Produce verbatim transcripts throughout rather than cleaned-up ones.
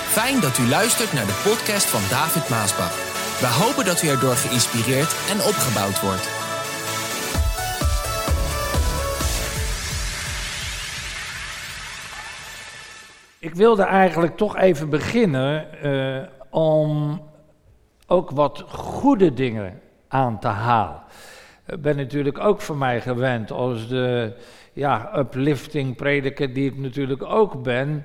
Fijn dat u luistert naar de podcast van David Maasbach. We hopen dat u erdoor geïnspireerd en opgebouwd wordt. Ik wilde eigenlijk toch even beginnen uh, om ook wat goede dingen aan te halen. Ik ben natuurlijk ook van mij gewend als de ja, uplifting prediker die ik natuurlijk ook ben.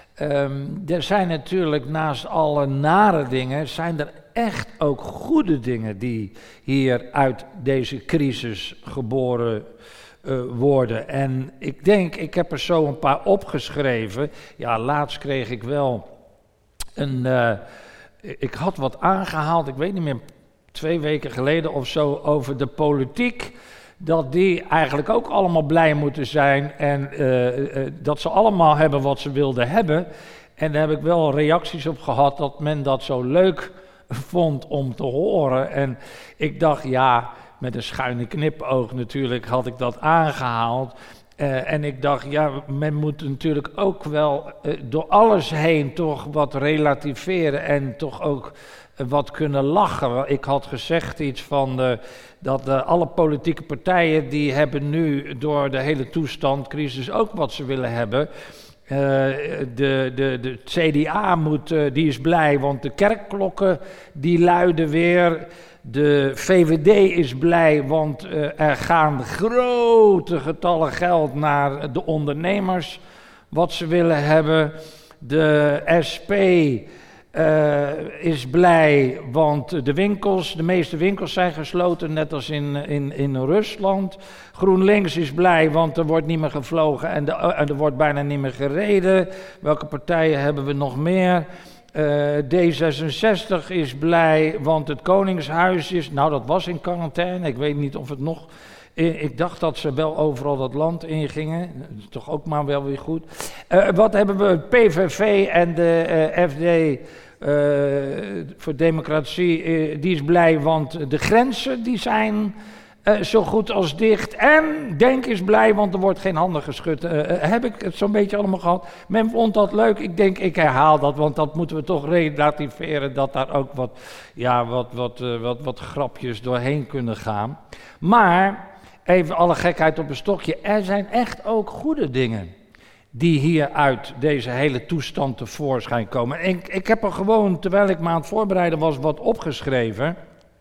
Um, er zijn natuurlijk naast alle nare dingen, zijn er echt ook goede dingen die hier uit deze crisis geboren uh, worden. En ik denk, ik heb er zo een paar opgeschreven. Ja, laatst kreeg ik wel een, uh, ik had wat aangehaald, ik weet niet meer, twee weken geleden of zo, over de politiek. Dat die eigenlijk ook allemaal blij moeten zijn en uh, uh, dat ze allemaal hebben wat ze wilden hebben. En daar heb ik wel reacties op gehad dat men dat zo leuk vond om te horen. En ik dacht, ja, met een schuine knipoog natuurlijk had ik dat aangehaald. Uh, en ik dacht, ja, men moet natuurlijk ook wel uh, door alles heen toch wat relativeren en toch ook uh, wat kunnen lachen. Ik had gezegd iets van uh, dat uh, alle politieke partijen die hebben nu door de hele toestand, crisis, ook wat ze willen hebben. Uh, de, de, de C D A moet, uh, die is blij, want de kerkklokken die luiden weer. De V V D is blij, want uh, er gaan grote getallen geld naar de ondernemers, wat ze willen hebben. De S P uh, is blij, want de winkels, de meeste winkels zijn gesloten, net als in, in, in Rusland. GroenLinks is blij, want er wordt niet meer gevlogen en, de, en er wordt bijna niet meer gereden. Welke partijen hebben we nog meer? Uh, D zesenzestig is blij, want het Koningshuis is, nou dat was in quarantaine, ik weet niet of het nog, ik dacht dat ze wel overal dat land ingingen, dat is toch ook maar wel weer goed. Uh, wat hebben we, P V V en de uh, F D uh, voor Democratie, uh, die is blij, want de grenzen die zijn Uh, zo goed als dicht. En Denk is blij, want er wordt geen handen geschud. Uh, uh, heb ik het zo'n beetje allemaal gehad? Men vond dat leuk. Ik denk, ik herhaal dat, want dat moeten we toch relativeren, dat daar ook wat, ja, wat, wat, uh, wat, wat grapjes doorheen kunnen gaan. Maar, even alle gekheid op een stokje, er zijn echt ook goede dingen die hier uit deze hele toestand tevoorschijn komen. En ik, ik heb er gewoon, terwijl ik me aan het voorbereiden was, wat opgeschreven.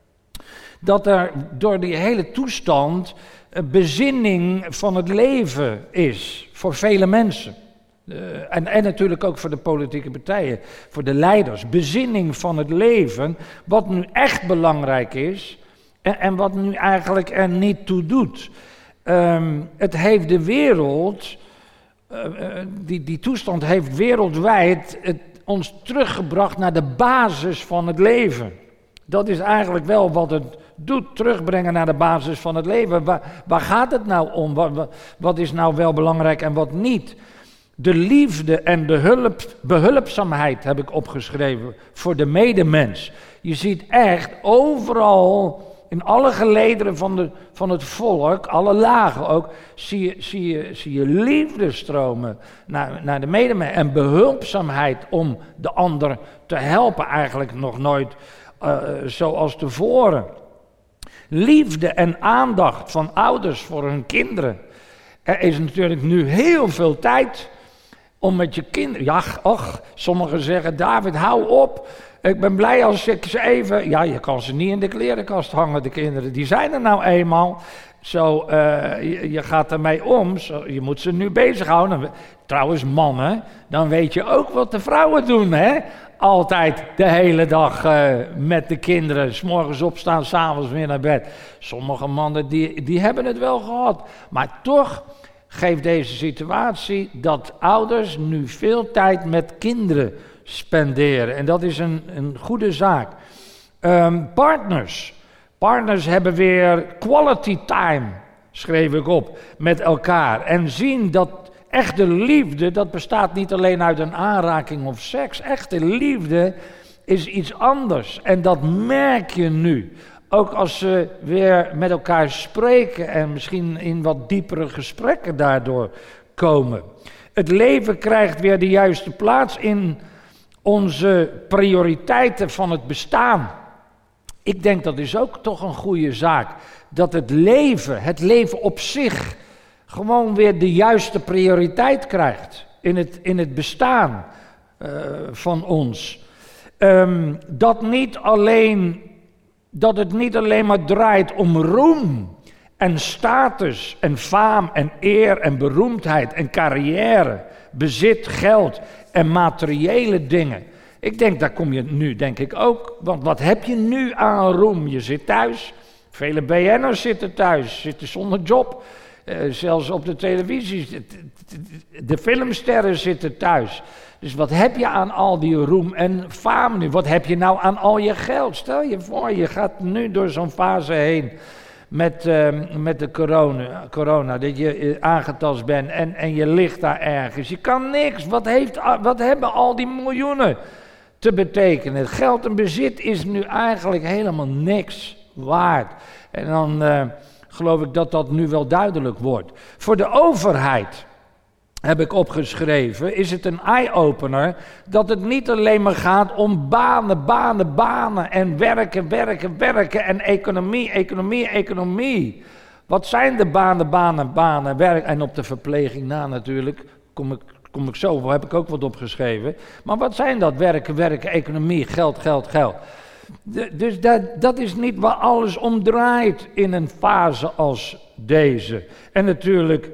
Dat er door die hele toestand een bezinning van het leven is voor vele mensen. Uh, en, en natuurlijk ook voor de politieke partijen, voor de leiders. Bezinning van het leven, wat nu echt belangrijk is en, en wat nu eigenlijk er niet toe doet. Um, het heeft de wereld, uh, uh, die, die toestand heeft wereldwijd het, ons teruggebracht naar de basis van het leven. Dat is eigenlijk wel wat het doet, terugbrengen naar de basis van het leven. Waar, waar gaat het nou om? Wat, wat is nou wel belangrijk en wat niet? De liefde en de hulp, behulpzaamheid heb ik opgeschreven voor de medemens. Je ziet echt overal, in alle gelederen van, de, van het volk, alle lagen ook, zie je, zie je, zie je liefde stromen naar, naar de medemens. En behulpzaamheid om de ander te helpen, eigenlijk nog nooit uh, zoals tevoren. Liefde en aandacht van ouders voor hun kinderen. Er is natuurlijk nu heel veel tijd om met je kinderen... Ja, och, sommigen zeggen, David, hou op. Ik ben blij als ik ze even... Ja, je kan ze niet in de klerenkast hangen, de kinderen. Die zijn er nou eenmaal. Zo, uh, je, je gaat ermee om. Zo, je moet ze nu bezighouden. Trouwens, mannen, dan weet je ook wat de vrouwen doen, hè? Altijd de hele dag uh, met de kinderen, 's morgens opstaan, 's avonds weer naar bed. Sommige mannen die, die hebben het wel gehad. Maar toch geeft deze situatie dat ouders nu veel tijd met kinderen spenderen. En dat is een, een goede zaak. Um, partners. Partners hebben weer quality time, schreef ik op, met elkaar. En zien dat echte liefde, dat bestaat niet alleen uit een aanraking of seks. Echte liefde is iets anders. En dat merk je nu. Ook als ze weer met elkaar spreken en misschien in wat diepere gesprekken daardoor komen. Het leven krijgt weer de juiste plaats in Onze prioriteiten van het bestaan. Ik denk dat is ook toch een goede zaak. Dat het leven, het leven op zich, gewoon weer de juiste prioriteit krijgt in het, in het bestaan uh, van ons. Um, dat, niet alleen, dat het niet alleen maar draait om roem en status en faam en eer en beroemdheid en carrière, bezit, geld en materiële dingen. Ik denk, daar kom je nu denk ik ook, want wat heb je nu aan roem? Je zit thuis, vele B N'ers zitten thuis, zitten zonder job. Uh, zelfs op de televisie, de filmsterren zitten thuis. Dus wat heb je aan al die roem en faam nu? Wat heb je nou aan al je geld? Stel je voor, je gaat nu door zo'n fase heen met, uh, met de corona, corona, dat je aangetast bent en, en je ligt daar ergens. Je kan niks. Wat, heeft, wat hebben al die miljoenen te betekenen? Het geld en bezit is nu eigenlijk helemaal niks waard. En dan uh, geloof ik dat dat nu wel duidelijk wordt. Voor de overheid, heb ik opgeschreven, is het een eye-opener dat het niet alleen maar gaat om banen, banen, banen en werken, werken, werken en economie, economie, economie. Wat zijn de banen, banen, banen, werk en op de verpleging na natuurlijk, kom ik, kom ik zo, heb ik ook wat opgeschreven. Maar wat zijn dat? Werken, werken, economie, geld, geld, geld. De, dus dat, dat is niet waar alles om draait in een fase als deze. En natuurlijk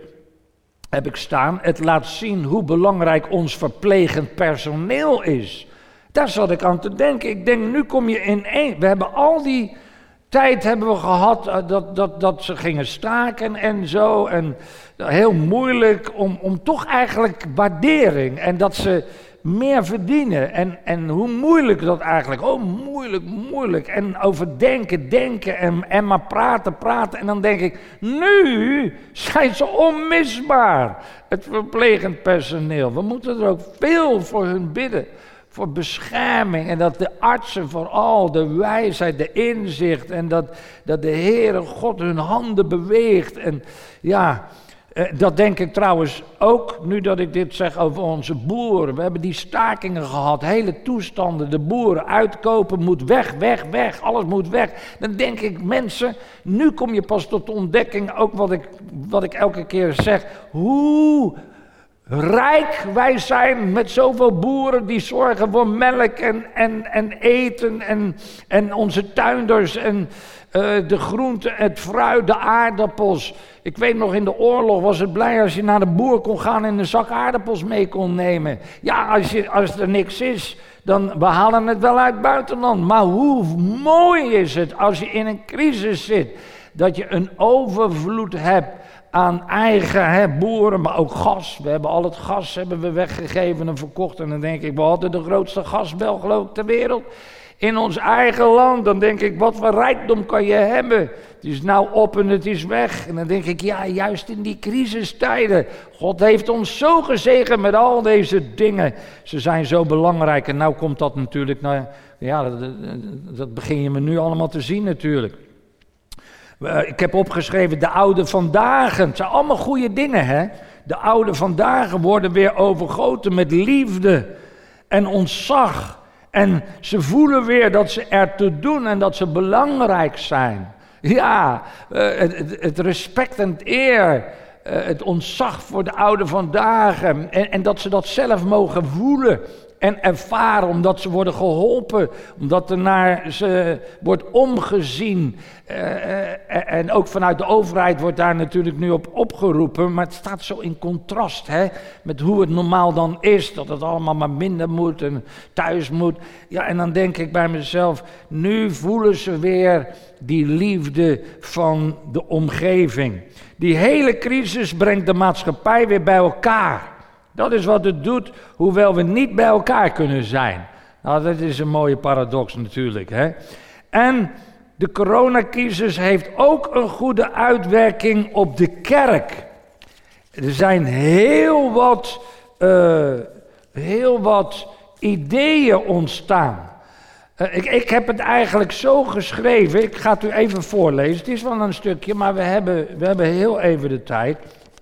heb ik staan, het laat zien hoe belangrijk ons verplegend personeel is. Daar zat ik aan te denken. Ik denk, nu kom je in één. We hebben al die tijd hebben we gehad uh, dat, dat, dat ze gingen staken en zo. En heel moeilijk om, om toch eigenlijk waardering. En dat ze meer verdienen. En, en hoe moeilijk dat eigenlijk. Oh, moeilijk, moeilijk. En over denken, denken en, en maar praten, praten. En dan denk ik, nu zijn ze onmisbaar. Het verplegend personeel. We moeten er ook veel voor hun bidden. Voor bescherming. En dat de artsen vooral de wijsheid, de inzicht. En dat, dat de Heere God hun handen beweegt. En ja, dat denk ik trouwens ook, nu dat ik dit zeg over onze boeren. We hebben die stakingen gehad, hele toestanden. De boeren uitkopen, moet weg, weg, weg, alles moet weg. Dan denk ik, mensen, nu kom je pas tot de ontdekking, ook wat ik, wat ik elke keer zeg. Hoe rijk wij zijn met zoveel boeren die zorgen voor melk en, en, en eten en, en onze tuinders en uh, de groenten, het fruit, de aardappels. Ik weet nog, in de oorlog was het blij als je naar de boer kon gaan en een zak aardappels mee kon nemen. Ja, als, je, als er niks is, dan we halen het wel uit het buitenland. Maar hoe mooi is het als je in een crisis zit, dat je een overvloed hebt aan eigen hè, boeren, maar ook gas. We hebben al het gas hebben we weggegeven en verkocht. En dan denk ik, we hadden de grootste gasbel geloof ik ter wereld. In ons eigen land, dan denk ik, wat voor rijkdom kan je hebben? Het is nou op en het is weg. En dan denk ik, ja, juist in die crisistijden. God heeft ons zo gezegend met al deze dingen. Ze zijn zo belangrijk. En nou komt dat natuurlijk, nou, ja, dat, dat begin je me nu allemaal te zien natuurlijk. Ik heb opgeschreven, de oude vandaag. Het zijn allemaal goede dingen, hè? De oude vandaag worden weer overgoten met liefde en ontzag. En ze voelen weer dat ze ertoe doen en dat ze belangrijk zijn. Ja, het, het respect en het eer, het ontzag voor de oude vandaag. En, en dat ze dat zelf mogen voelen en ervaren, omdat ze worden geholpen, omdat er naar ze wordt omgezien. Uh, en ook vanuit de overheid wordt daar natuurlijk nu op opgeroepen, maar het staat zo in contrast hè, met hoe het normaal dan is, dat het allemaal maar minder moet en thuis moet. Ja, en dan denk ik bij mezelf, nu voelen ze weer die liefde van de omgeving. Die hele crisis brengt de maatschappij weer bij elkaar. Dat is wat het doet, hoewel we niet bij elkaar kunnen zijn. Nou, dat is een mooie paradox natuurlijk. Hè? En de coronacrisis heeft ook een goede uitwerking op de kerk. Er zijn heel wat, uh, heel wat ideeën ontstaan. Uh, ik, ik heb het eigenlijk zo geschreven, ik ga het u even voorlezen. Het is wel een stukje, maar we hebben, we hebben heel even de tijd.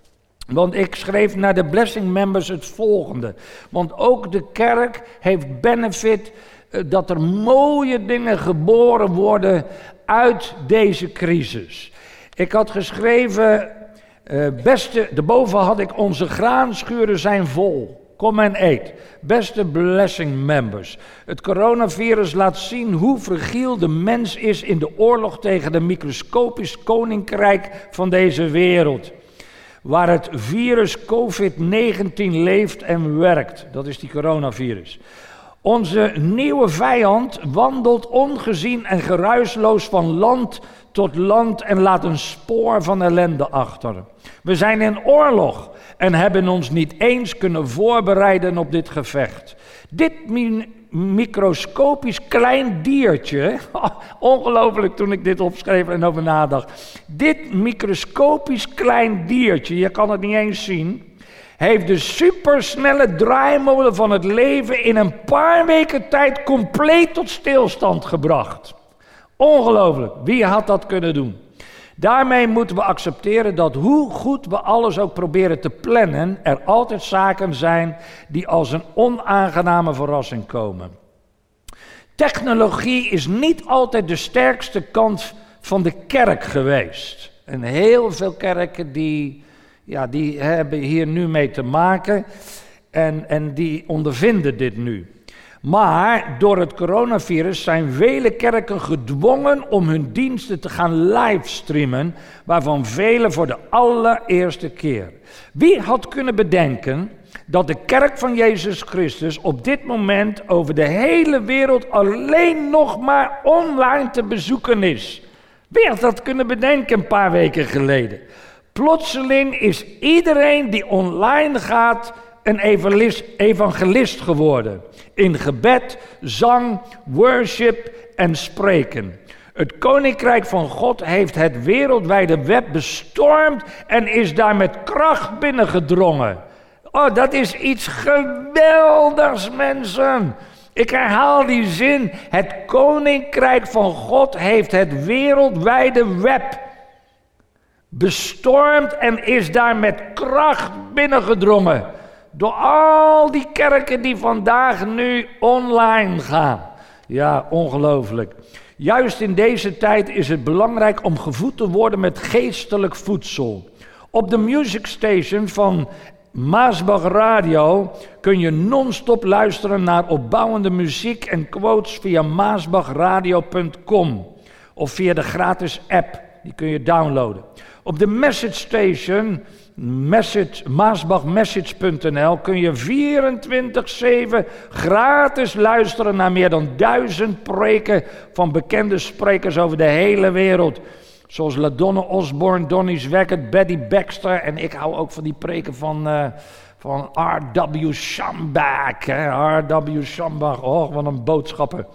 Want ik schreef naar de Blessing Members het volgende. Want ook de kerk heeft benefit uh, dat er mooie dingen geboren worden uit deze crisis. Ik had geschreven, uh, beste, daarboven had ik onze graanschuren zijn vol. Kom en eet. Beste Blessing Members. Het coronavirus laat zien hoe fragiel de mens is in de oorlog tegen het microscopisch koninkrijk van deze wereld. Waar het virus covid negentien leeft en werkt. Dat is die coronavirus. Onze nieuwe vijand wandelt ongezien en geruisloos van land tot land en laat een spoor van ellende achter. We zijn in oorlog en hebben ons niet eens kunnen voorbereiden op dit gevecht. Dit mi- microscopisch klein diertje, ongelooflijk toen ik dit opschreef en over nadacht. Dit microscopisch klein diertje, je kan het niet eens zien, heeft de supersnelle draaimolen van het leven in een paar weken tijd compleet tot stilstand gebracht. Ongelooflijk, wie had dat kunnen doen? Daarmee moeten we accepteren dat hoe goed we alles ook proberen te plannen, er altijd zaken zijn die als een onaangename verrassing komen. Technologie is niet altijd de sterkste kant van de kerk geweest. En heel veel kerken die, ja, die hebben hier nu mee te maken en, en die ondervinden dit nu. Maar door het coronavirus zijn vele kerken gedwongen om hun diensten te gaan livestreamen, waarvan velen voor de allereerste keer. Wie had kunnen bedenken dat de kerk van Jezus Christus op dit moment over de hele wereld alleen nog maar online te bezoeken is? Wie had dat kunnen bedenken een paar weken geleden? Plotseling is iedereen die online gaat een evangelist geworden. In gebed, zang, worship en spreken. Het koninkrijk van God heeft het wereldwijde web bestormd en is daar met kracht binnengedrongen. Oh, dat is iets geweldigs, mensen. Ik herhaal die zin. Het koninkrijk van God heeft het wereldwijde web bestormd en is daar met kracht binnengedrongen. Door al die kerken die vandaag nu online gaan. Ja, ongelooflijk. Juist in deze tijd is het belangrijk om gevoed te worden met geestelijk voedsel. Op de Music Station van Maasbach Radio kun je non-stop luisteren naar opbouwende muziek en quotes via maasbachradio punt com of via de gratis app, die kun je downloaden. Op de Message Station, message, maasbachmessage punt n l, kun je vierentwintig zeven gratis luisteren naar meer dan duizend preken van bekende sprekers over de hele wereld. Zoals LaDonna Osborne, Donnie Zwaggart, Betty Baxter en ik hou ook van die preken van, uh, van R W Schambach. Hè? R W Schambach, oh wat een boodschapper.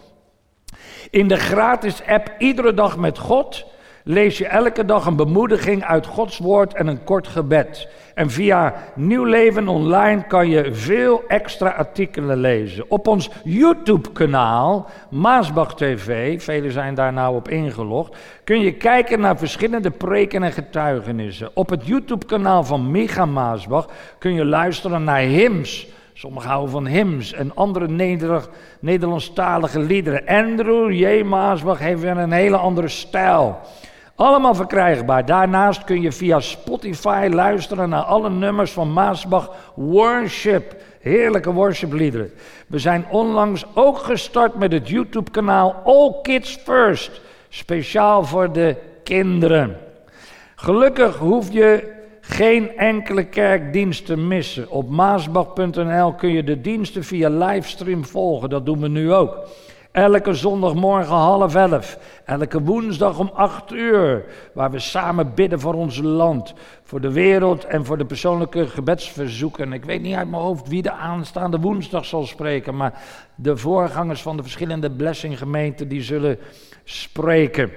In de gratis app Iedere Dag met God lees je elke dag een bemoediging uit Gods woord en een kort gebed. En via Nieuw Leven Online kan je veel extra artikelen lezen. Op ons YouTube-kanaal, Maasbach T V, velen zijn daar nou op ingelogd, kun je kijken naar verschillende preken en getuigenissen. Op het YouTube-kanaal van Micha Maasbach kun je luisteren naar hymns. Sommigen houden van hymns en andere Neder- Nederlandstalige liederen. Andrew J. Maasbach heeft weer een hele andere stijl. Allemaal verkrijgbaar. Daarnaast kun je via Spotify luisteren naar alle nummers van Maasbach Worship. Heerlijke worshipliederen. We zijn onlangs ook gestart met het YouTube-kanaal All Kids First. Speciaal voor de kinderen. Gelukkig hoef je geen enkele kerkdienst te missen. Op maasbach punt n l kun je de diensten via livestream volgen. Dat doen we nu ook. Elke zondagmorgen half elf. Elke woensdag om acht uur. Waar we samen bidden voor ons land. Voor de wereld en voor de persoonlijke gebedsverzoeken. Ik weet niet uit mijn hoofd wie de aanstaande woensdag zal spreken. Maar de voorgangers van de verschillende blessinggemeenten die zullen spreken.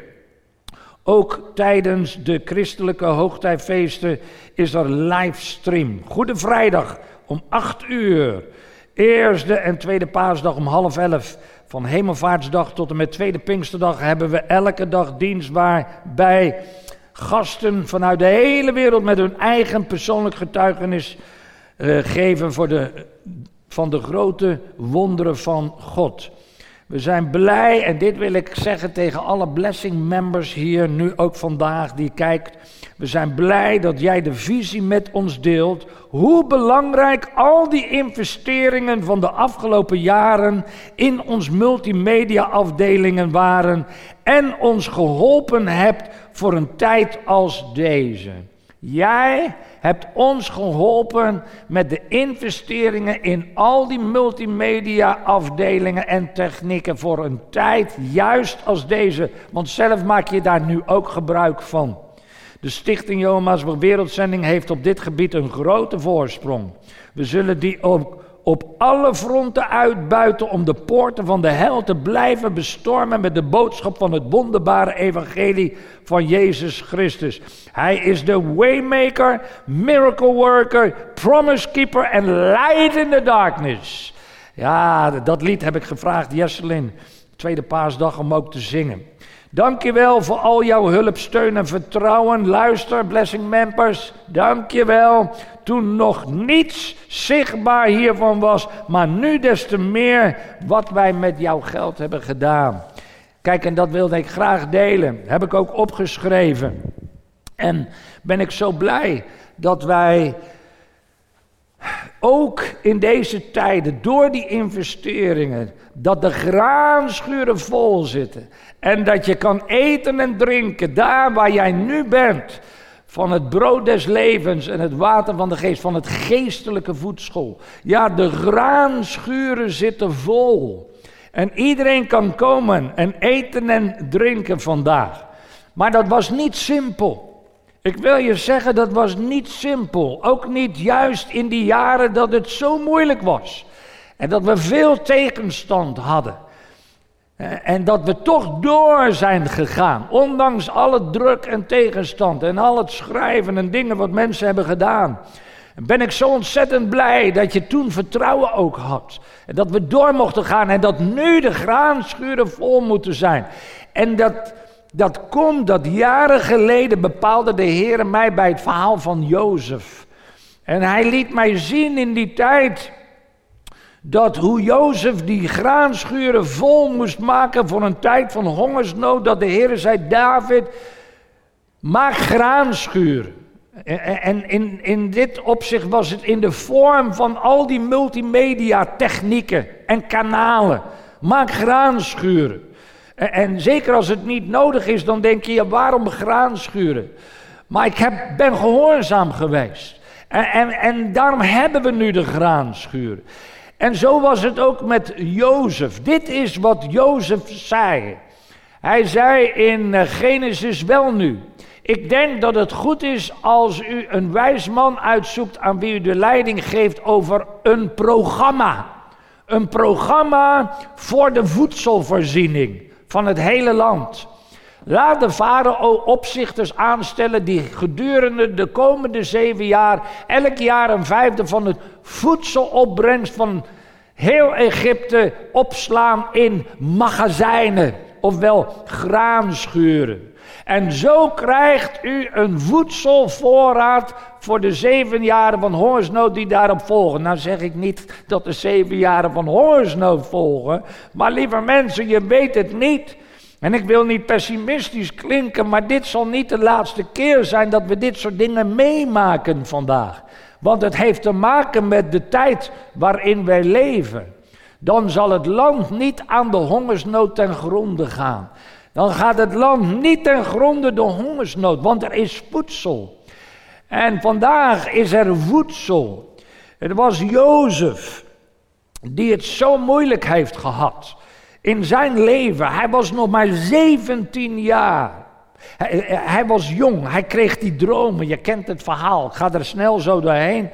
Ook tijdens de christelijke hoogtijfeesten is er livestream. Goede Vrijdag om acht uur. Eerste en tweede paasdag om half elf. Van Hemelvaartsdag tot en met tweede Pinksterdag hebben we elke dag dienst waarbij gasten vanuit de hele wereld met hun eigen persoonlijk getuigenis uh, geven voor de, van de grote wonderen van God. We zijn blij, en dit wil ik zeggen tegen alle blessing members hier, nu ook vandaag, die kijkt. We zijn blij dat jij de visie met ons deelt, hoe belangrijk al die investeringen van de afgelopen jaren in ons multimedia afdelingen waren en ons geholpen hebt voor een tijd als deze. Jij hebt ons geholpen met de investeringen in al die multimedia afdelingen en technieken voor een tijd juist als deze. Want zelf maak je daar nu ook gebruik van. De Stichting Johan Maasbach Wereldzending heeft op dit gebied een grote voorsprong. We zullen die ook op alle fronten uitbuiten om de poorten van de hel te blijven bestormen met de boodschap van het wonderbare evangelie van Jezus Christus. Hij is de waymaker, miracle worker, promise keeper en light in the darkness. Ja, dat lied heb ik gevraagd Jesselin, tweede paasdag, om ook te zingen. Dankjewel voor al jouw hulp, steun en vertrouwen. Luister, blessing members, dankjewel. Toen nog niets zichtbaar hiervan was, maar nu des te meer wat wij met jouw geld hebben gedaan. Kijk, en dat wilde ik graag delen. Heb ik ook opgeschreven. En ben ik zo blij dat wij ook in deze tijden, door die investeringen, dat de graanschuren vol zitten. En dat je kan eten en drinken, daar waar jij nu bent, van het brood des levens en het water van de geest, van het geestelijke voedsel. Ja, de graanschuren zitten vol. En iedereen kan komen en eten en drinken vandaag. Maar dat was niet simpel. Ik wil je zeggen, dat was niet simpel. Ook niet juist in die jaren dat het zo moeilijk was. En dat we veel tegenstand hadden. En dat we toch door zijn gegaan. Ondanks alle druk en tegenstand. En al het schrijven en dingen wat mensen hebben gedaan. Ben ik zo ontzettend blij dat je toen vertrouwen ook had. En dat we door mochten gaan. En dat nu de graanschuren vol moeten zijn. En dat... Dat komt dat jaren geleden bepaalde de Heer mij bij het verhaal van Jozef. En hij liet mij zien in die tijd dat hoe Jozef die graanschuren vol moest maken voor een tijd van hongersnood. Dat de Heer zei, David, maak graanschuren. En in, in dit opzicht was het in de vorm van al die multimedia technieken en kanalen. Maak graanschuren. En, en zeker als het niet nodig is, dan denk je, ja, waarom graanschuren? Maar ik heb, ben gehoorzaam geweest. En, en, en daarom hebben we nu de graanschuren. En zo was het ook met Jozef. Dit is wat Jozef zei. Hij zei in Genesis, wel nu, ik denk dat het goed is als u een wijs man uitzoekt aan wie u de leiding geeft over een programma. Een programma voor de voedselvoorziening van het hele land. Laat de farao opzichters aanstellen die gedurende de komende zeven jaar elk jaar een vijfde van het voedselopbrengst van heel Egypte opslaan in magazijnen, ofwel graanschuren. En zo krijgt u een voedselvoorraad voor de zeven jaren van hongersnood die daarop volgen. Nou zeg ik niet dat de zeven jaren van hongersnood volgen, maar lieve mensen, je weet het niet. En ik wil niet pessimistisch klinken, maar dit zal niet de laatste keer zijn dat we dit soort dingen meemaken vandaag. Want het heeft te maken met de tijd waarin wij leven. Dan zal het land niet aan de hongersnood ten gronde gaan. Dan gaat het land niet ten gronde door hongersnood, want er is voedsel. En vandaag is er voedsel. Het was Jozef die het zo moeilijk heeft gehad in zijn leven. Hij was nog maar zeventien jaar. Hij, hij was jong, hij kreeg die dromen, je kent het verhaal, ik ga er snel zo doorheen.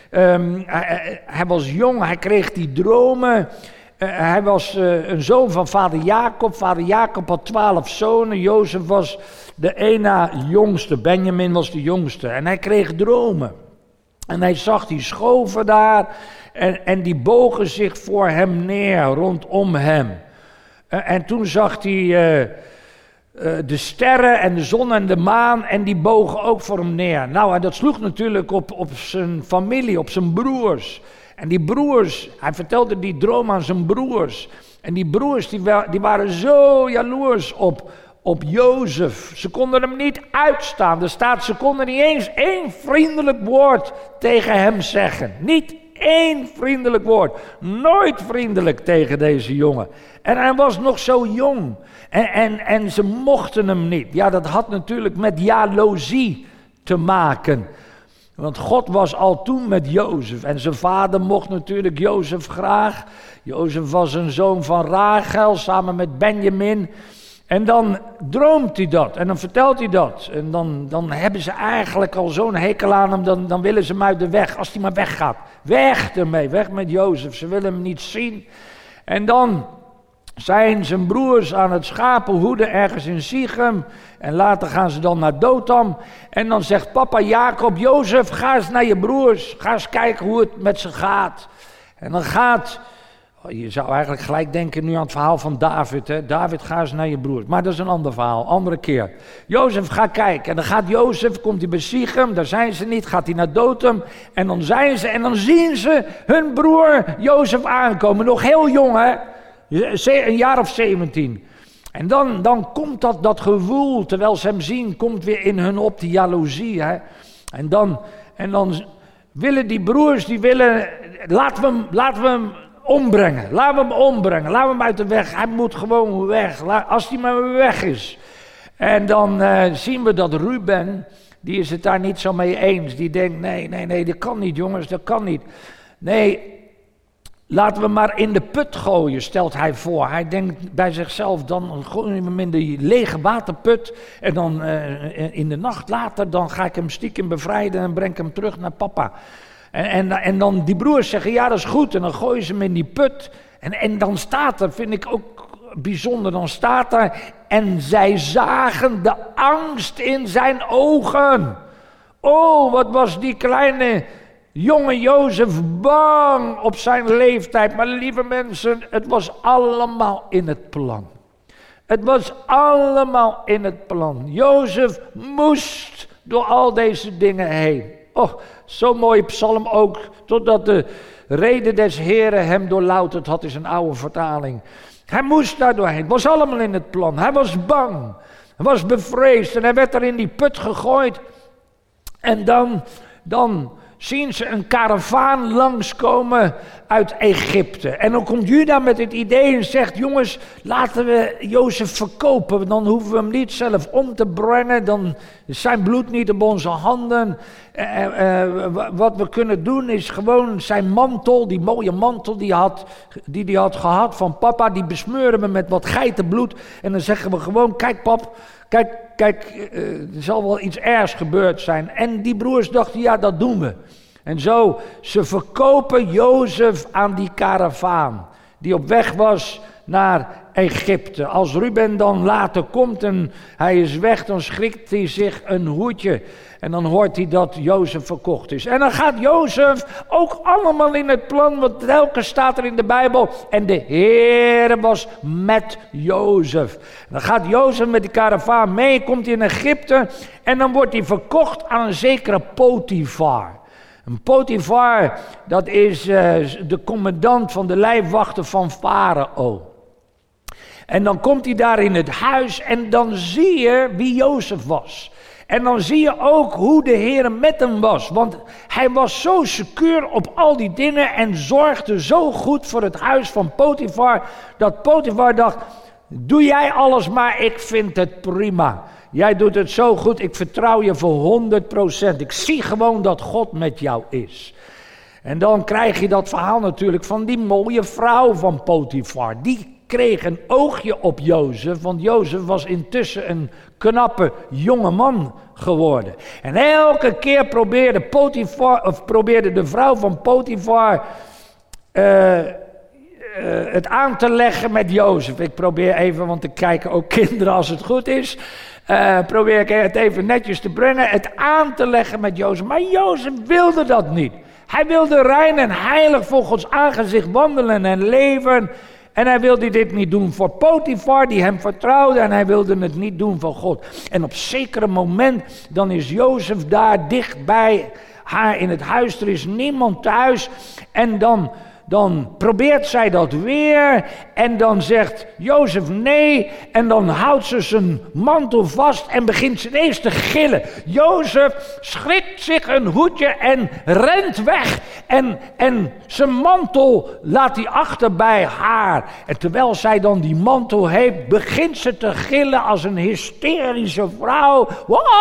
Um, hij, hij was jong, hij kreeg die dromen. Uh, hij was uh, een zoon van vader Jacob. Vader Jacob had twaalf zonen. Jozef was de ene jongste. Benjamin was de jongste. En hij kreeg dromen. En hij zag die schoven daar. En, en die bogen zich voor hem neer, rondom hem. Uh, en toen zag hij uh, uh, de sterren en de zon en de maan en die bogen ook voor hem neer. Nou, en dat sloeg natuurlijk op, op zijn familie, op zijn broers. En die broers, hij vertelde die droom aan zijn broers. En die broers die, die waren zo jaloers op, op Jozef. Ze konden hem niet uitstaan. Er staat, ze konden niet eens één vriendelijk woord tegen hem zeggen. Niet één vriendelijk woord. Nooit vriendelijk tegen deze jongen. En hij was nog zo jong. En, en, en ze mochten hem niet. Ja, dat had natuurlijk met jaloezie te maken. Want God was al toen met Jozef. En zijn vader mocht natuurlijk Jozef graag. Jozef was een zoon van Rachel samen met Benjamin. En dan droomt hij dat. En dan vertelt hij dat. En dan, dan hebben ze eigenlijk al zo'n hekel aan hem. Dan, dan willen ze hem uit de weg. Als hij maar weggaat. Weg ermee. Weg met Jozef. Ze willen hem niet zien. En dan zijn zijn broers aan het schapenhoeden ergens in Sichem. En later gaan ze dan naar Dothan. En dan zegt papa Jacob, Jozef, ga eens naar je broers. Ga eens kijken hoe het met ze gaat. En dan gaat, je zou eigenlijk gelijk denken nu aan het verhaal van David. Hè? David, ga eens naar je broers. Maar dat is een ander verhaal, andere keer. Jozef, ga kijken. En dan gaat Jozef, komt hij bij Sichem, daar zijn ze niet. Gaat hij naar Dothan. En dan zijn ze, en dan zien ze hun broer Jozef aankomen. Nog heel jong, hè. Een jaar of zeventien. En dan, dan komt dat, dat gevoel, terwijl ze hem zien, komt weer in hun op, die jaloezie. Hè? En, dan, en dan willen die broers, die willen, laten we hem, laten we hem ombrengen. Laten we hem ombrengen, laten we hem uit de weg. Hij moet gewoon weg, als hij maar weg is. En dan uh, zien we dat Ruben, die is het daar niet zo mee eens. Die denkt, nee, nee, nee, dat kan niet jongens, dat kan niet. Nee, laten we maar in de put gooien, stelt hij voor. Hij denkt bij zichzelf, dan gooien we hem in die lege waterput. En dan uh, in de nacht later, dan ga ik hem stiekem bevrijden en breng ik hem terug naar papa. En, en, en dan die broers zeggen, ja dat is goed. En dan gooien ze hem in die put. En, en dan staat er, vind ik ook bijzonder, dan staat er, en zij zagen de angst in zijn ogen. Oh, wat was die kleine jonge Jozef bang op zijn leeftijd. Maar lieve mensen, het was allemaal in het plan. Het was allemaal in het plan. Jozef moest door al deze dingen heen. Oh, zo'n mooie psalm ook. Totdat de rede des Heren hem doorlouterd had, is een oude vertaling. Hij moest daar doorheen. Het was allemaal in het plan. Hij was bang. Hij was bevreesd. En hij werd er in die put gegooid. En dan, dan zien ze een karavaan langskomen uit Egypte. En dan komt Juda met het idee en zegt, jongens, laten we Jozef verkopen. Dan hoeven we hem niet zelf om te brengen. Dan is zijn bloed niet op onze handen. Uh, uh, wat we kunnen doen is gewoon zijn mantel, die mooie mantel die hij had, die die had gehad van papa, die besmeuren we met wat geitenbloed. En dan zeggen we gewoon, kijk pap, kijk, kijk, uh, er zal wel iets ergs gebeurd zijn. En die broers dachten, ja, dat doen we. En zo, ze verkopen Jozef aan die karavaan, die op weg was naar Egypte. Als Ruben dan later komt en hij is weg, dan schrikt hij zich een hoedje. En dan hoort hij dat Jozef verkocht is. En dan gaat Jozef ook allemaal in het plan, want telkens staat er in de Bijbel, en de Heere was met Jozef. En dan gaat Jozef met die karavaan mee, komt hij in Egypte en dan wordt hij verkocht aan een zekere Potifar. Een Potifar, dat is uh, de commandant van de lijfwachten van Farao. En dan komt hij daar in het huis en dan zie je wie Jozef was. En dan zie je ook hoe de Heer met hem was. Want hij was zo secuur op al die dingen en zorgde zo goed voor het huis van Potifar, dat Potifar dacht, doe jij alles maar, ik vind het prima. Jij doet het zo goed, ik vertrouw je voor honderd procent. Ik zie gewoon dat God met jou is. En dan krijg je dat verhaal natuurlijk van die mooie vrouw van Potifar. Die kreeg een oogje op Jozef, want Jozef was intussen een knappe jonge man geworden. En elke keer probeerde, Potifar, of probeerde de vrouw van Potifar Uh, Uh, het aan te leggen met Jozef. Ik probeer even, want ik kijk ook kinderen als het goed is. Uh, probeer ik het even netjes te brengen. Het aan te leggen met Jozef. Maar Jozef wilde dat niet. Hij wilde rein en heilig voor Gods aangezicht wandelen en leven. En hij wilde dit niet doen voor Potifar, die hem vertrouwde. En hij wilde het niet doen voor God. En op zekere moment, dan is Jozef daar dichtbij haar in het huis. Er is niemand thuis. En dan... Dan probeert zij dat weer en dan zegt Jozef nee en dan houdt ze zijn mantel vast en begint ze ineens te gillen. Jozef schrikt zich een hoedje en rent weg en, en zijn mantel laat hij achter bij haar. En terwijl zij dan die mantel heeft, begint ze te gillen als een hysterische vrouw.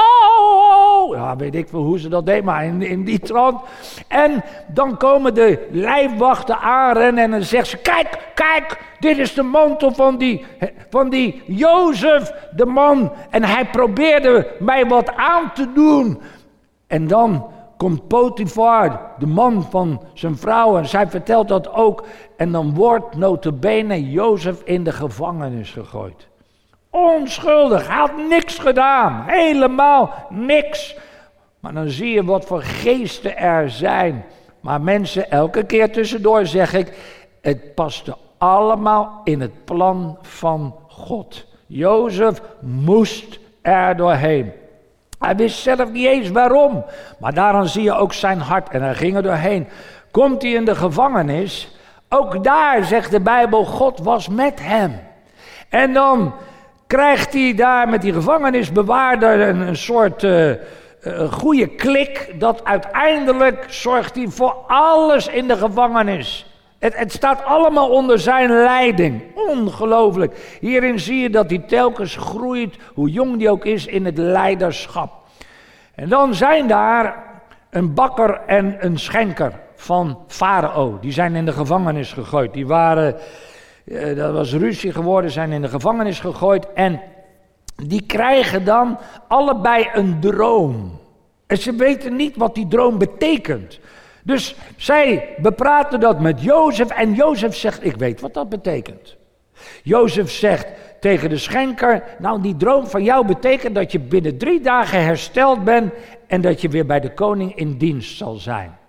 Wow! Ja, weet ik veel hoe ze dat deed, maar in, in die trant. En dan komen de lijfwachten aanrennen en dan zegt ze, kijk, kijk, dit is de mantel van die, van die Jozef, de man. En hij probeerde mij wat aan te doen. En dan komt Potifar, de man van zijn vrouw, en zij vertelt dat ook. En dan wordt nota bene Jozef in de gevangenis gegooid. Onschuldig, hij had niks gedaan, helemaal niks. Maar dan zie je wat voor geesten er zijn. Maar mensen, elke keer tussendoor zeg ik, het paste allemaal in het plan van God. Jozef moest er doorheen. Hij wist zelf niet eens waarom, maar daaraan zie je ook zijn hart en hij ging er doorheen. Komt hij in de gevangenis, ook daar zegt de Bijbel, God was met hem. En dan krijgt hij daar met die gevangenisbewaarder een, een soort... Uh, Een goede klik, dat uiteindelijk zorgt hij voor alles in de gevangenis. Het, het staat allemaal onder zijn leiding. Ongelooflijk. Hierin zie je dat hij telkens groeit, hoe jong hij ook is, in het leiderschap. En dan zijn daar een bakker en een schenker van Farao. Die zijn in de gevangenis gegooid. Die waren, uh, dat was ruzie geworden, zijn in de gevangenis gegooid en... Die krijgen dan allebei een droom. En ze weten niet wat die droom betekent. Dus zij bepraten dat met Jozef en Jozef zegt, ik weet wat dat betekent. Jozef zegt tegen de schenker, nou die droom van jou betekent dat je binnen drie dagen hersteld bent en dat je weer bij de koning in dienst zal zijn.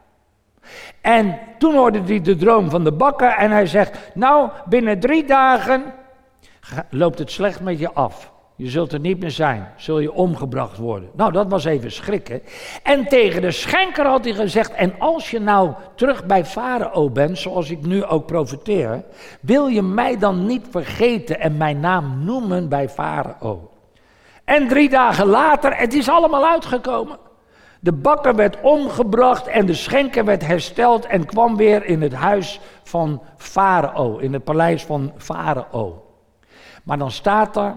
En toen hoorde hij de droom van de bakker en hij zegt, nou binnen drie dagen loopt het slecht met je af. Je zult er niet meer zijn, zul je omgebracht worden. Nou, dat was even schrikken. En tegen de schenker had hij gezegd, en als je nou terug bij Farao bent, zoals ik nu ook profeteer, wil je mij dan niet vergeten en mijn naam noemen bij Farao? En drie dagen later, het is allemaal uitgekomen. De bakker werd omgebracht en de schenker werd hersteld en kwam weer in het huis van Farao, in het paleis van Farao. Maar dan staat er,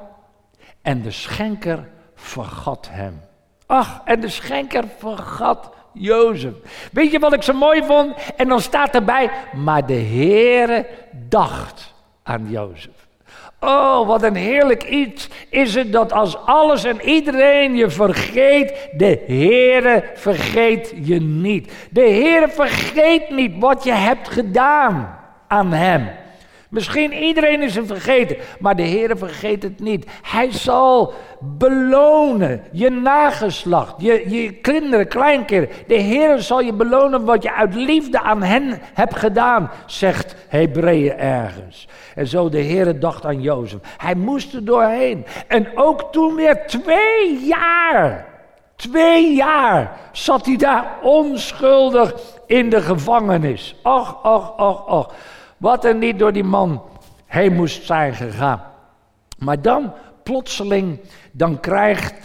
en de schenker vergat hem. Ach, en de schenker vergat Jozef. Weet je wat ik zo mooi vond? En dan staat erbij, maar de Heere dacht aan Jozef. Oh, wat een heerlijk iets is het dat als alles en iedereen je vergeet, de Heere vergeet je niet. De Heere vergeet niet wat je hebt gedaan aan hem. Misschien iedereen is het vergeten, maar de Heere vergeet het niet. Hij zal belonen je nageslacht, je, je kinderen, kleinkinderen. De Heere zal je belonen wat je uit liefde aan hen hebt gedaan, zegt Hebreeën ergens. En zo de Heere dacht aan Jozef. Hij moest er doorheen. En ook toen weer twee jaar, twee jaar zat hij daar onschuldig in de gevangenis. Och, och, och, och. Wat er niet door die man heen moest zijn gegaan. Maar dan, plotseling, dan krijgt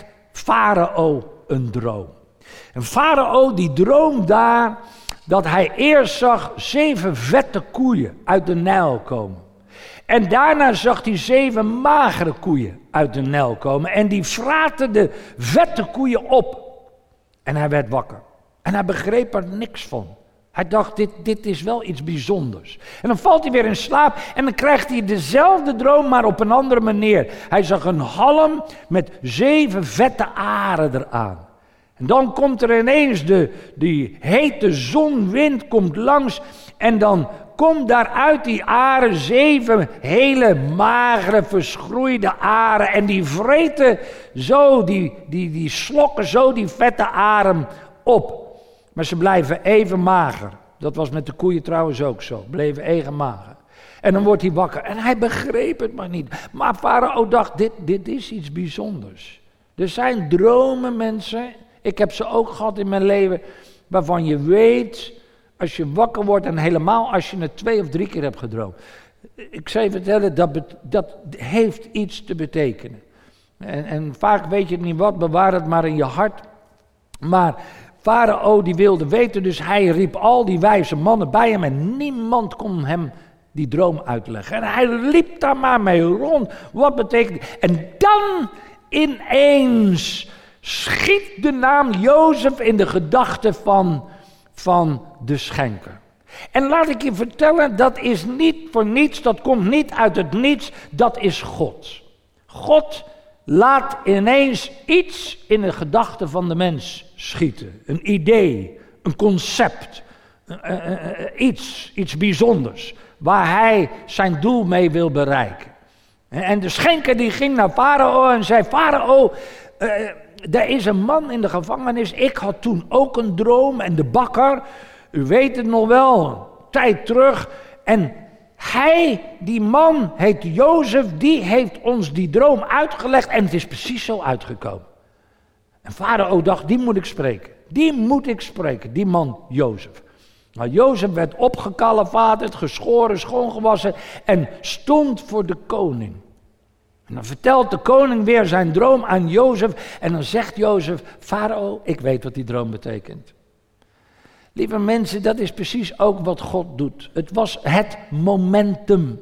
Farao een droom. En Farao die droomt daar dat hij eerst zag zeven vette koeien uit de Nijl komen. En daarna zag hij zeven magere koeien uit de Nijl komen. En die fraten de vette koeien op. En hij werd wakker. En hij begreep er niks van. Hij dacht, dit, dit is wel iets bijzonders. En dan valt hij weer in slaap en dan krijgt hij dezelfde droom, maar op een andere manier. Hij zag een halm met zeven vette aren eraan. En dan komt er ineens de die hete zonwind komt langs en dan komt daar uit die aren zeven hele magere, verschroeide aren. En die vreten zo, die, die, die slokken zo die vette aren op. Maar ze blijven even mager. Dat was met de koeien trouwens ook zo. Bleven even mager. En dan wordt hij wakker en hij begreep het maar niet. Maar Farao dacht, dit, dit is iets bijzonders. Er zijn dromen, mensen, ik heb ze ook gehad in mijn leven, waarvan je weet, als je wakker wordt en helemaal als je het twee of drie keer hebt gedroomd. Ik zou je vertellen, dat, bet, dat heeft iets te betekenen. En, en vaak weet je het niet wat, bewaar het maar in je hart. Maar Farao die wilde weten, dus hij riep al die wijze mannen bij hem en niemand kon hem die droom uitleggen. En hij liep daar maar mee rond. Wat betekent het? En dan ineens schiet de naam Jozef in de gedachten van, van de schenker. En laat ik je vertellen, dat is niet voor niets, dat komt niet uit het niets, dat is God. God laat ineens iets in de gedachten van de mens schieten. Een idee, een concept, uh, uh, uh, iets, iets bijzonders, waar hij zijn doel mee wil bereiken. En de schenker die ging naar Farao en zei, Farao, uh, er is een man in de gevangenis, ik had toen ook een droom en de bakker, u weet het nog wel, een tijd terug, en hij, die man heet Jozef, die heeft ons die droom uitgelegd en het is precies zo uitgekomen. En Farao dacht, die moet ik spreken, die moet ik spreken, die man Jozef. Nou, Jozef werd opgekalefaterd, geschoren, schoongewassen en stond voor de koning. En dan vertelt de koning weer zijn droom aan Jozef en dan zegt Jozef, Farao, ik weet wat die droom betekent. Lieve mensen, dat is precies ook wat God doet. Het was het momentum.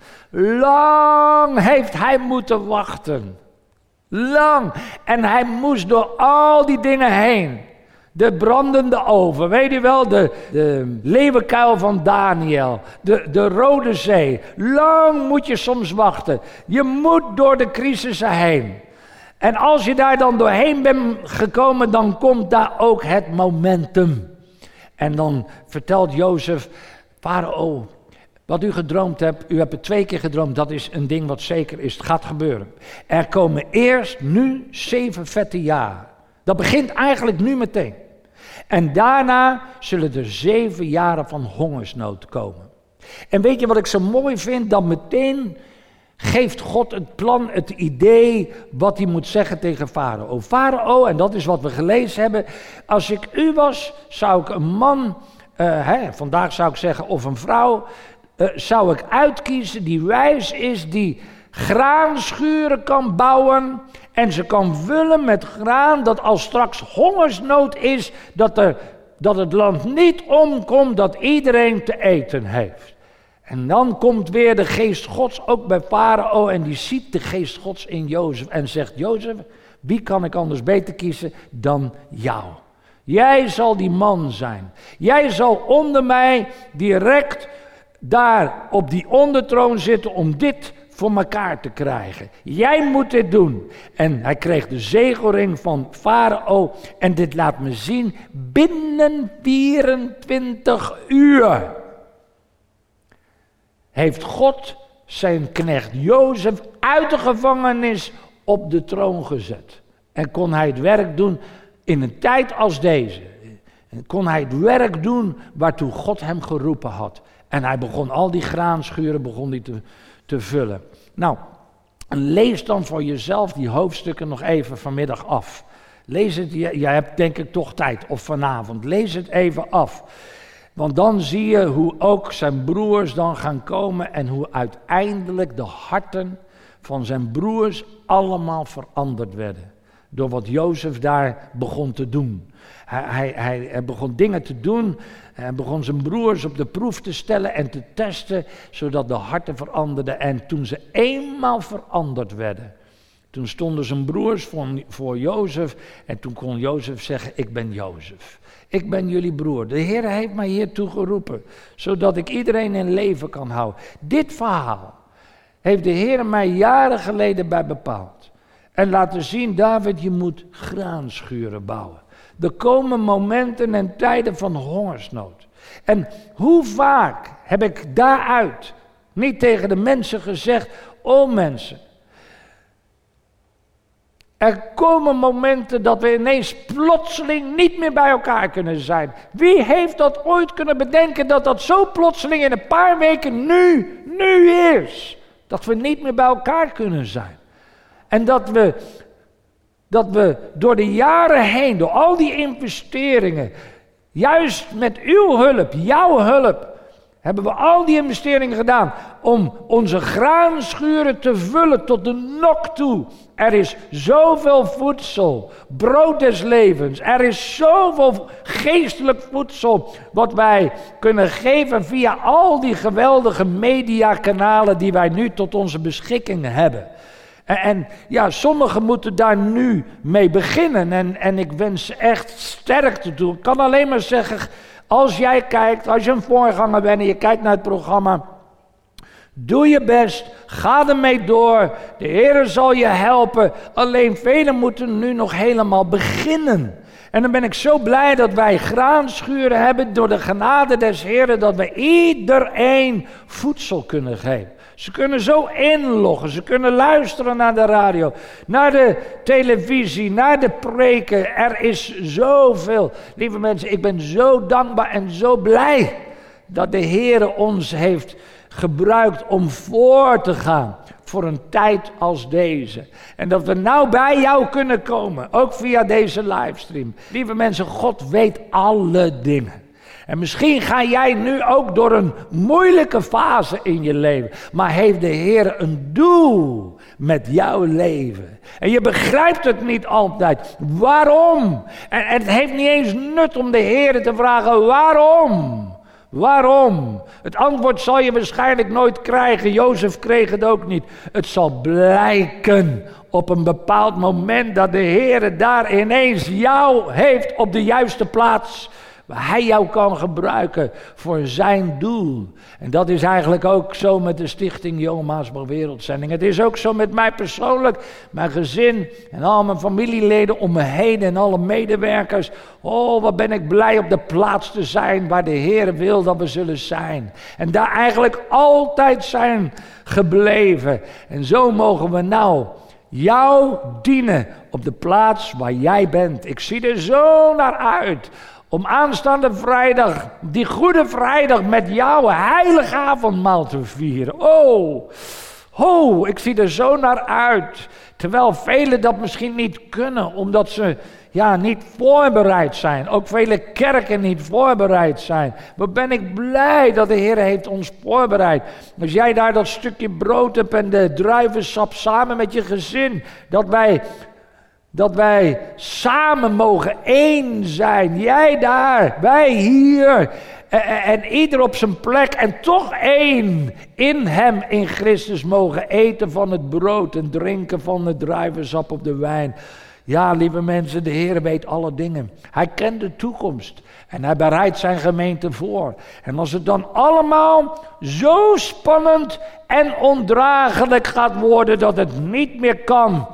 Lang heeft hij moeten wachten. Lang. En hij moest door al die dingen heen. De brandende oven, weet u wel, de, de leeuwenkuil van Daniel, de, de Rode Zee. Lang moet je soms wachten. Je moet door de crisissen heen. En als je daar dan doorheen bent gekomen, dan komt daar ook het momentum. En dan vertelt Jozef, Farao, wat u gedroomd hebt, u hebt het twee keer gedroomd, dat is een ding wat zeker is, het gaat gebeuren. Er komen eerst nu zeven vette jaren. Dat begint eigenlijk nu meteen. En daarna zullen er zeven jaren van hongersnood komen. En weet je wat ik zo mooi vind? Dan meteen geeft God het plan, het idee wat hij moet zeggen tegen Farao. Farao, en dat is wat we gelezen hebben. Als ik u was, zou ik een man, uh, hè, vandaag zou ik zeggen, of een vrouw, uh, zou ik uitkiezen die wijs is, die graanschuren kan bouwen en ze kan vullen met graan, dat als straks hongersnood is, dat, er, dat het land niet omkomt, dat iedereen te eten heeft. En dan komt weer de geest Gods ook bij Farao en die ziet de geest Gods in Jozef en zegt, Jozef, wie kan ik anders beter kiezen dan jou? Jij zal die man zijn. Jij zal onder mij direct daar op die ondertroon zitten om dit voor elkaar te krijgen. Jij moet dit doen. En hij kreeg de zegelring van Farao en dit laat me zien, binnen vierentwintig uur heeft God zijn knecht Jozef uit de gevangenis op de troon gezet. En kon hij het werk doen in een tijd als deze. En kon hij het werk doen waartoe God hem geroepen had. En hij begon al die graanschuren begon die te, te vullen. Nou, lees dan voor jezelf die hoofdstukken nog even vanmiddag af. Lees het, jij hebt denk ik toch tijd, of vanavond. Lees het even af. Want dan zie je hoe ook zijn broers dan gaan komen en hoe uiteindelijk de harten van zijn broers allemaal veranderd werden. Door wat Jozef daar begon te doen. Hij, hij, hij, hij begon dingen te doen, hij begon zijn broers op de proef te stellen en te testen, zodat de harten veranderden. En toen ze eenmaal veranderd werden, toen stonden zijn broers voor, voor Jozef en toen kon Jozef zeggen, ik ben Jozef. Ik ben jullie broer. De Heer heeft mij hiertoe geroepen, zodat ik iedereen in leven kan houden. Dit verhaal heeft de Heer mij jaren geleden bij bepaald. En laten zien, David, je moet graanschuren bouwen. Er komen momenten en tijden van hongersnood. En hoe vaak heb ik daaruit niet tegen de mensen gezegd, o mensen, Er komen momenten dat we ineens plotseling niet meer bij elkaar kunnen zijn. Wie heeft dat ooit kunnen bedenken dat dat zo plotseling in een paar weken nu, nu is? Dat we niet meer bij elkaar kunnen zijn. En dat we, dat we door de jaren heen, door al die investeringen, juist met uw hulp, jouw hulp, hebben we al die investeringen gedaan om onze graanschuren te vullen tot de nok toe. Er is zoveel voedsel, brood des levens. Er is zoveel geestelijk voedsel wat wij kunnen geven via al die geweldige mediakanalen die wij nu tot onze beschikking hebben. En, en ja, sommigen moeten daar nu mee beginnen en, en ik wens ze echt sterkte toe. Ik kan alleen maar zeggen, als jij kijkt, als je een voorganger bent en je kijkt naar het programma, doe je best, ga ermee door, de Heer zal je helpen. Alleen velen moeten nu nog helemaal beginnen. En dan ben ik zo blij dat wij graanschuren hebben door de genade des Heeren, dat we iedereen voedsel kunnen geven. Ze kunnen zo inloggen, ze kunnen luisteren naar de radio, naar de televisie, naar de preken. Er is zoveel. Lieve mensen, ik ben zo dankbaar en zo blij dat de Heer ons heeft gebruikt om voor te gaan voor een tijd als deze. En dat we nou bij jou kunnen komen, ook via deze livestream. Lieve mensen, God weet alle dingen. En misschien ga jij nu ook door een moeilijke fase in je leven. Maar heeft de Heer een doel met jouw leven. En je begrijpt het niet altijd. Waarom? En, en het heeft niet eens nut om de Heer te vragen waarom. Waarom? Het antwoord zal je waarschijnlijk nooit krijgen. Jozef kreeg het ook niet. Het zal blijken op een bepaald moment dat de Heer daar ineens jou heeft op de juiste plaats. Waar hij jou kan gebruiken voor zijn doel. En dat is eigenlijk ook zo met de stichting Johan Maasbach Wereldzending. Het is ook zo met mij persoonlijk, mijn gezin en al mijn familieleden om me heen en alle medewerkers. Oh, wat ben ik blij op de plaats te zijn waar de Heer wil dat we zullen zijn. En daar eigenlijk altijd zijn gebleven. En zo mogen we nou jou dienen op de plaats waar jij bent. Ik zie er zo naar uit. Om aanstaande vrijdag, die goede vrijdag, met jou heilige avondmaal te vieren. Oh, oh, ik zie er zo naar uit. Terwijl velen dat misschien niet kunnen, omdat ze ja, niet voorbereid zijn. Ook vele kerken niet voorbereid zijn. Maar ben ik blij dat de Heer heeft ons voorbereid. Als jij daar dat stukje brood hebt en de druivensap samen met je gezin, dat wij... Dat wij samen mogen één zijn. Jij daar, wij hier. En, en ieder op zijn plek. En toch één. In hem, in Christus, mogen eten van het brood. En drinken van het druivensap op de wijn. Ja, lieve mensen, de Heer weet alle dingen. Hij kent de toekomst. En hij bereidt zijn gemeente voor. En als het dan allemaal zo spannend en ondraaglijk gaat worden dat het niet meer kan,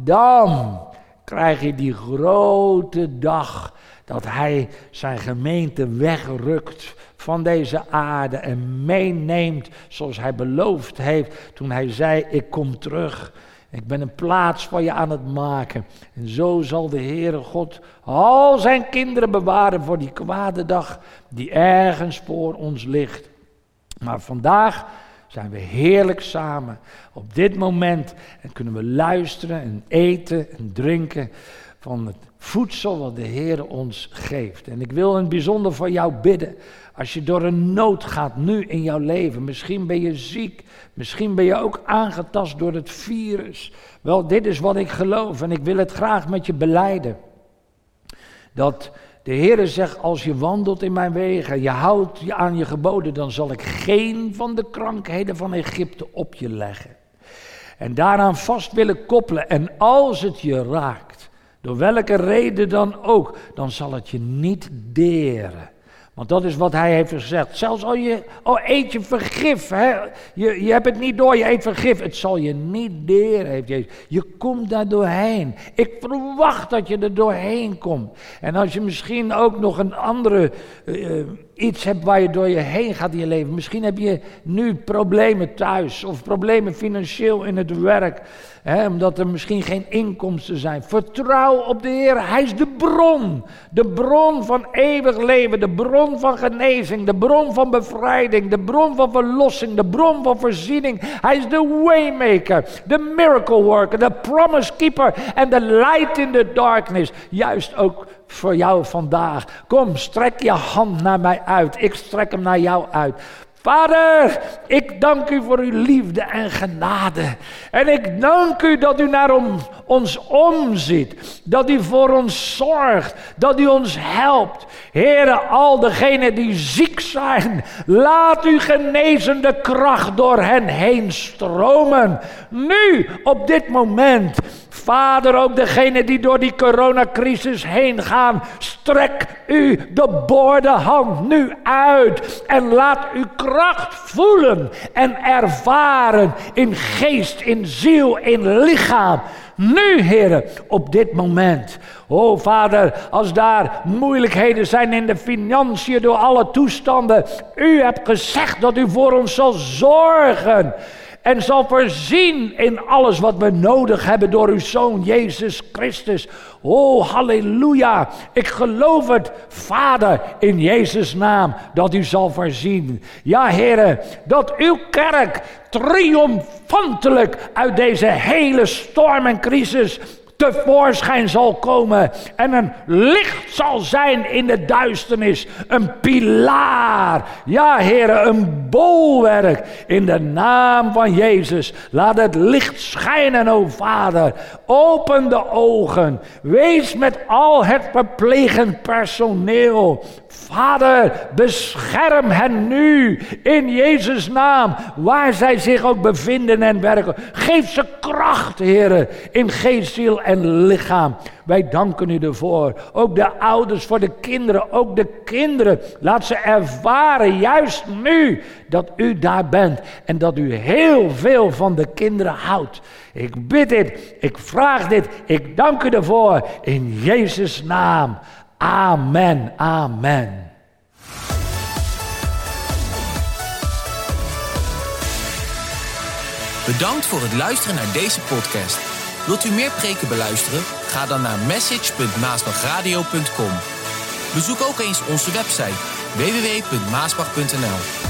dan krijg je die grote dag dat hij zijn gemeente wegrukt van deze aarde en meeneemt zoals hij beloofd heeft toen hij zei, ik kom terug. Ik ben een plaats voor je aan het maken. En zo zal de Heere God al zijn kinderen bewaren voor die kwade dag die ergens voor ons ligt. Maar vandaag zijn we heerlijk samen op dit moment en kunnen we luisteren en eten en drinken van het voedsel wat de Heer ons geeft. En ik wil in het bijzonder voor jou bidden. Als je door een nood gaat nu in jouw leven, misschien ben je ziek, misschien ben je ook aangetast door het virus. Wel, dit is wat ik geloof en ik wil het graag met je belijden. Dat de Heere zegt, als je wandelt in mijn wegen, je houdt je aan je geboden, dan zal ik geen van de krankheden van Egypte op je leggen. En daaraan vast willen koppelen. En als het je raakt, door welke reden dan ook, dan zal het je niet deren. Want dat is wat hij heeft gezegd. Zelfs al je, al eet je vergif, hè? Je, je hebt het niet door, je eet vergif. Het zal je niet deren, heeft Jezus. Je komt daar doorheen. Ik verwacht dat je er doorheen komt. En als je misschien ook nog een andere uh, iets hebt waar je door je heen gaat in je leven. Misschien heb je nu problemen thuis of problemen financieel in het werk. Hè, omdat er misschien geen inkomsten zijn. Vertrouw op de Heer. Hij is de bron. De bron van eeuwig leven. De bron van genezing. De bron van bevrijding. De bron van verlossing. De bron van voorziening. Hij is de waymaker. De miracle worker. De promise keeper. En de light in the darkness. Juist ook voor jou vandaag. Kom, strek je hand naar mij uit. Ik strek hem naar jou uit. Vader, ik dank u voor uw liefde en genade. En ik dank u dat u naar om, ons omziet. Dat u voor ons zorgt. Dat u ons helpt. Heere, al degenen die ziek zijn, laat uw genezende kracht door hen heen stromen. Nu, op dit moment. Vader, ook degenen die door die coronacrisis heen gaan, strek u de boorde hand nu uit en laat uw kracht voelen en ervaren in geest, in ziel, in lichaam. Nu, Heere, op dit moment. O Vader, als daar moeilijkheden zijn in de financiën door alle toestanden. U hebt gezegd dat u voor ons zal zorgen. En zal voorzien in alles wat we nodig hebben door uw Zoon Jezus Christus. Oh, halleluja. Ik geloof het, Vader, in Jezus' naam, dat u zal voorzien. Ja, Heere, dat uw kerk triomfantelijk uit deze hele storm en crisis tevoorschijn zal komen en een licht zal zijn in de duisternis, een pilaar, ja Heere, een bolwerk in de naam van Jezus. Laat het licht schijnen, o Vader. Open de ogen, wees met al het verplegend personeel. Vader, bescherm hen nu in Jezus' naam, waar zij zich ook bevinden en werken. Geef ze kracht, Heere, in geest, ziel en lichaam. Wij danken u ervoor. Ook de ouders voor de kinderen, ook de kinderen. Laat ze ervaren, juist nu, dat u daar bent. En dat u heel veel van de kinderen houdt. Ik bid dit, ik vraag dit, ik dank u ervoor. In Jezus' naam. Amen, amen. Bedankt voor het luisteren naar deze podcast. Wilt u meer preken beluisteren? Ga dan naar message punt maasbachradio punt com. Bezoek ook eens onze website w w w punt maasbach punt n l.